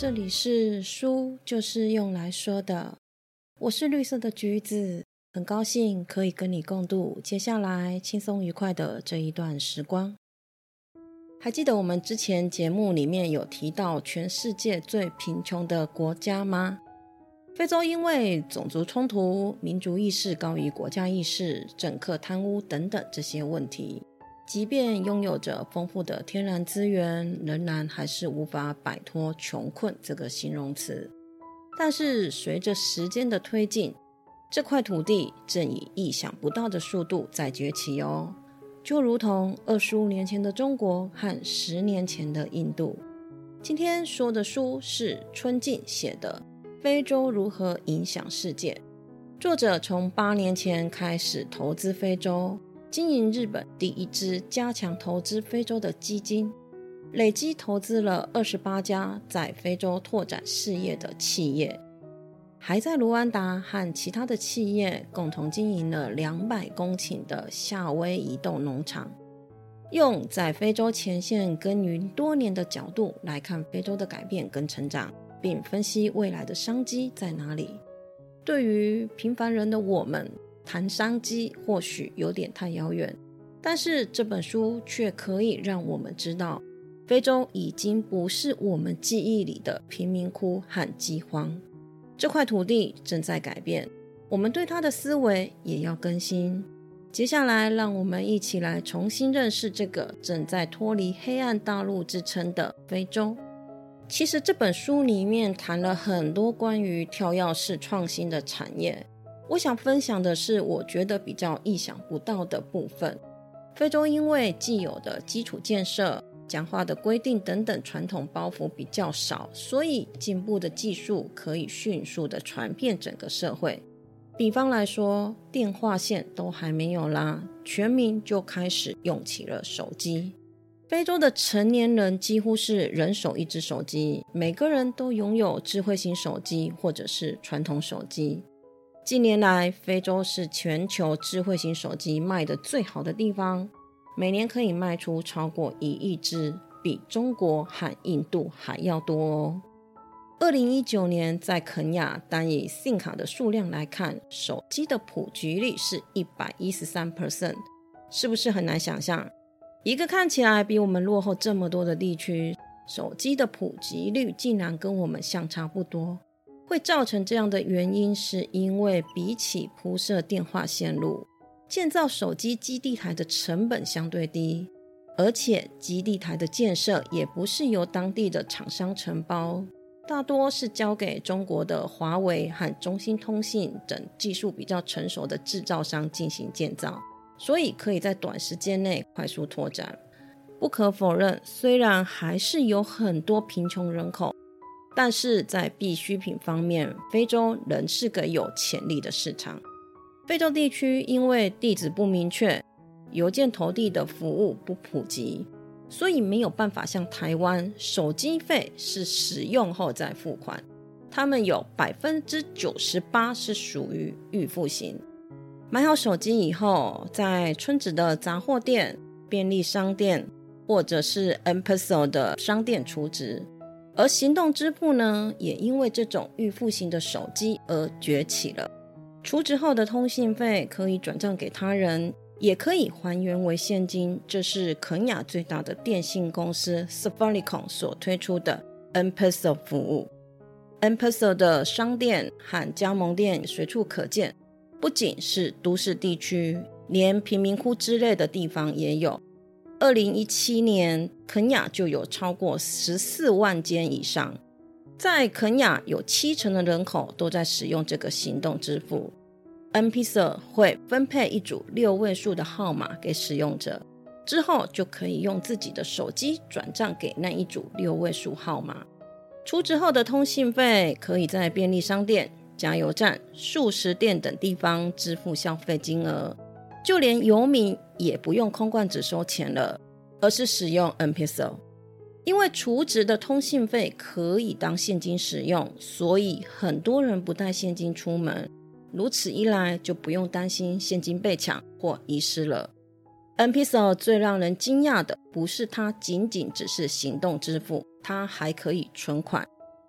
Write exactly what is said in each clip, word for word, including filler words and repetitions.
这里是书就是用来说的，我是绿色的橘子，很高兴可以跟你共度接下来轻松愉快的这一段时光。还记得我们之前节目里面有提到全世界最贫穷的国家吗？非洲因为种族冲突、民族意识高于国家意识、政客贪污等等这些问题，即便拥有着丰富的天然资源，仍然还是无法摆脱穷困这个形容词。但是随着时间的推进，这块土地正以意想不到的速度在崛起哦，就如同二十五年前的中国和十年前的印度。今天说的书是春静写的《非洲如何影响世界》，作者从八年前开始投资非洲，经营日本第一支加强投资非洲的基金，累计投资了二十八家在非洲拓展事业的企业，还在卢安达和其他的企业共同经营了两百公顷的夏威夷动农场，用在非洲前线耕耘多年的角度来看非洲的改变跟成长，并分析未来的商机在哪里。对于平凡人的我们，谈商机或许有点太遥远，但是这本书却可以让我们知道，非洲已经不是我们记忆里的贫民窟和饥荒。这块土地正在改变，我们对它的思维也要更新。接下来让我们一起来重新认识这个正在脱离黑暗大陆之称的非洲。其实这本书里面谈了很多关于跳跃式创新的产业，我想分享的是我觉得比较意想不到的部分。非洲因为既有的基础建设、讲话的规定等等传统包袱比较少，所以进步的技术可以迅速的传遍整个社会。比方来说，电话线都还没有啦，全民就开始用起了手机。非洲的成年人几乎是人手一只手机，每个人都拥有智慧型手机或者是传统手机。近年来，非洲是全球智慧型手机卖得最好的地方，每年可以卖出超过一亿只，比中国和印度还要多哦。二零一九年在肯亚，单以 SIM 卡的数量来看，手机的普及率是 百分之一百一十三， 是不是很难想象？一个看起来比我们落后这么多的地区，手机的普及率竟然跟我们相差不多。会造成这样的原因是因为比起铺设电话线路，建造手机基地台的成本相对低，而且基地台的建设也不是由当地的厂商承包，大多是交给中国的华为和中兴通信等技术比较成熟的制造商进行建造，所以可以在短时间内快速拓展。不可否认，虽然还是有很多贫穷人口，但是在必需品方面，非洲仍是个有潜力的市场。非洲地区因为地址不明确，邮件投递的服务不普及，所以没有办法像台湾，手机费是使用后再付款，他们有 百分之九十八 是属于预付型。买好手机以后，在村子的杂货店、便利商店或者是 M-Pesa 的商店储值。而行动支付呢，也因为这种预付型的手机而崛起了。储值后的通信费可以转账给他人，也可以还原为现金，这是肯亚最大的电信公司 Safaricom 所推出的 M-Pesa 服务。M-Pesa 的商店和加盟店随处可见，不仅是都市地区，连贫民窟之类的地方也有。二零一七年，肯亚就有超过十四万间以上。在肯亚有七成的人口都在使用这个行动支付。M-Pesa 会分配一组六位数的号码给使用者，之后就可以用自己的手机转账给那一组六位数号码。储值后的通信费可以在便利商店、加油站、速食店等地方支付消费金额，就连游民也不用空罐子收钱了，而是使用 M-Pesa。 因为储值的通信费可以当现金使用，所以很多人不带现金出门，如此一来就不用担心现金被抢或遗失了。 M-Pesa 最让人惊讶的不是它仅仅只是行动支付，它还可以存款。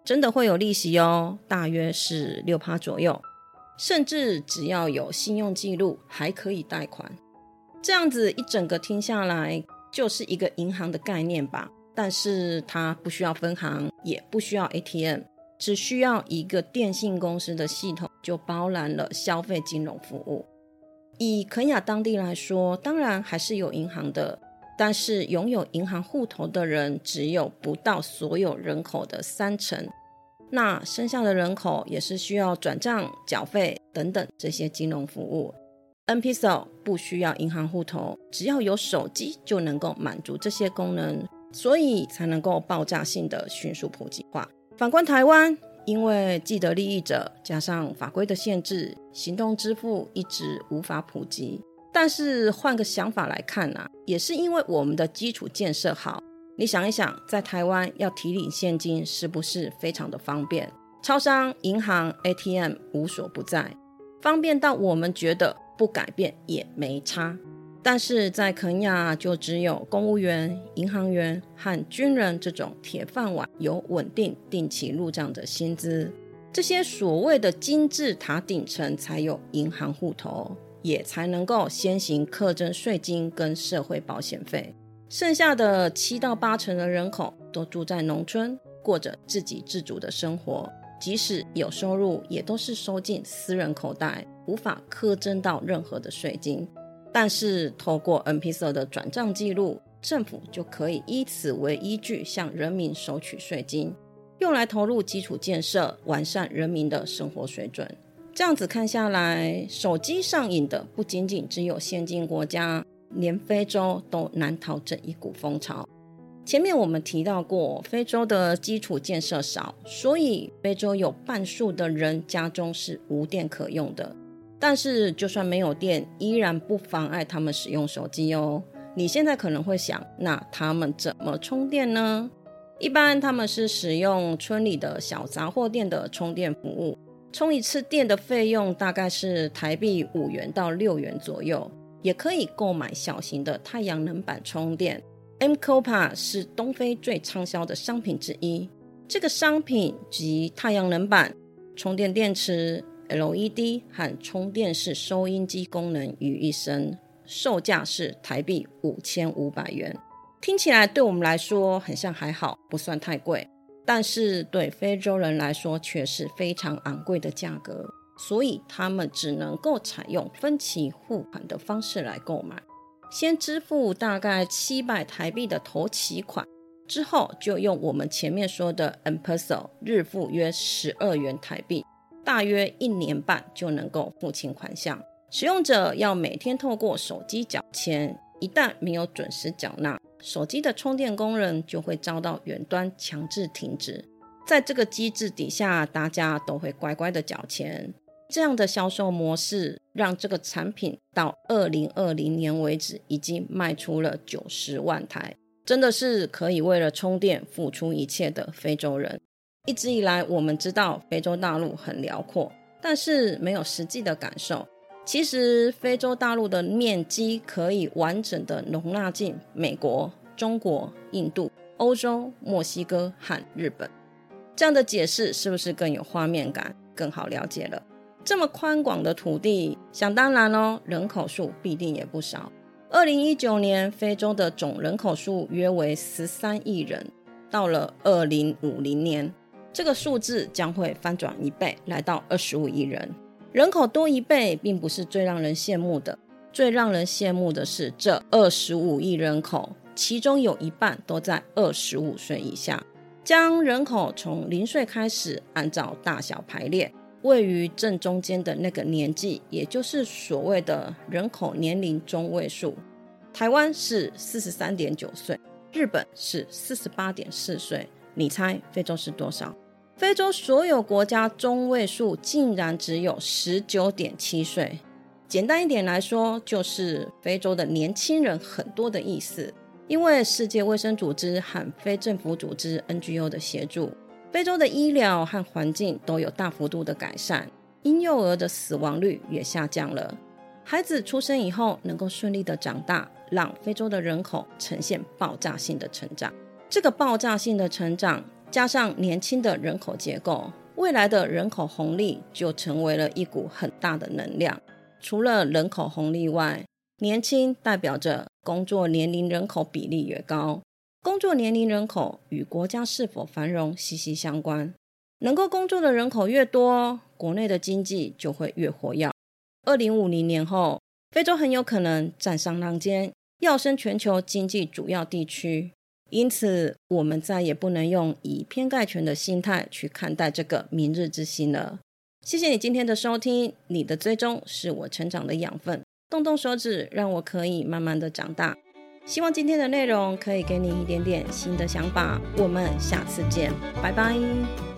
真的会有利息哦，大约是 百分之六 左右，甚至只要有信用记录还可以贷款。这样子一整个听下来就是一个银行的概念吧，但是它不需要分行，也不需要 A T M， 只需要一个电信公司的系统就包揽了消费金融服务。以肯亚当地来说，当然还是有银行的，但是拥有银行户头的人只有不到所有人口的三成，那剩下的人口也是需要转账、缴费等等这些金融服务。 M-Peso 不需要银行户头，只要有手机就能够满足这些功能，所以才能够爆炸性的迅速普及化。反观台湾，因为既得利益者加上法规的限制，行动支付一直无法普及。但是换个想法来看啊，也是因为我们的基础建设好。你想一想，在台湾要提领现金是不是非常的方便？超商、银行、A T M 无所不在，方便到我们觉得不改变也没差。但是在肯亚就只有公务员、银行员和军人这种铁饭碗，有稳定定期入账的薪资，这些所谓的金字塔顶层才有银行户头，也才能够先行课征税金跟社会保险费。剩下的七到八成的人口都住在农村，过着自给自足的生活，即使有收入也都是收进私人口袋，无法课征到任何的税金。但是透过 M-Peso 的转账记录，政府就可以以此为依据向人民收取税金，用来投入基础建设，完善人民的生活水准。这样子看下来，手机上瘾的不仅仅只有先进国家，连非洲都难逃这一股风潮。前面我们提到过，非洲的基础建设少，所以非洲有半数的人家中是无电可用的。但是就算没有电，依然不妨碍他们使用手机哦。你现在可能会想，那他们怎么充电呢？一般他们是使用村里的小杂货店的充电服务，充一次电的费用大概是台币五元到六元左右，也可以购买小型的太阳能板充电。M-Kopa 是东非最畅销的商品之一，这个商品集太阳能板、充电电池、L E D 和充电式收音机功能于一身，售价是台币五千五百元。听起来对我们来说很像还好，不算太贵，但是对非洲人来说却是非常昂贵的价格，所以他们只能够采用分期付款的方式来购买，先支付大概七百台币的头期款，之后就用我们前面说的 M-Peso 日付约十二元台币，大约一年半就能够付清款项。使用者要每天透过手机缴钱，一旦没有准时缴纳，手机的充电功能就会遭到远端强制停止。在这个机制底下，大家都会乖乖的缴钱。这样的销售模式让这个产品到二零二零年为止已经卖出了九十万台，真的是可以为了充电付出一切的非洲人。一直以来我们知道非洲大陆很辽阔，但是没有实际的感受。其实非洲大陆的面积可以完整的容纳进美国、中国、印度、欧洲、墨西哥和日本。这样的解释是不是更有画面感，更好了解了？这么宽广的土地，想当然咯，人口数必定也不少。二零一九年非洲的总人口数约为十三亿人，到了二零五零年，这个数字将会翻转一倍，来到二十五亿人。人口多一倍并不是最让人羡慕的，最让人羡慕的是这二十五亿人口，其中有一半都在二十五岁以下。将人口从零岁开始按照大小排列，位于正中间的那个年纪，也就是所谓的人口年龄中位数。台湾是 四十三点九岁，日本是 四十八点四岁，你猜非洲是多少？非洲所有国家中位数竟然只有 十九点七岁。简单一点来说，就是非洲的年轻人很多的意思。因为世界卫生组织和非政府组织 N G O 的协助，非洲的医疗和环境都有大幅度的改善，婴幼儿的死亡率也下降了。孩子出生以后能够顺利的长大，让非洲的人口呈现爆炸性的成长。这个爆炸性的成长加上年轻的人口结构，未来的人口红利就成为了一股很大的能量。除了人口红利外，年轻代表着工作年龄人口比例越高，工作年龄人口与国家是否繁荣息息相关。能够工作的人口越多，国内的经济就会越活跃。二零五零年后，非洲很有可能站上浪尖，跃升全球经济主要地区。因此，我们再也不能用以偏概全的心态去看待这个明日之星了。谢谢你今天的收听，你的追踪是我成长的养分，动动手指让我可以慢慢的长大。希望今天的内容可以给你一点点新的想法，我们下次见，拜拜。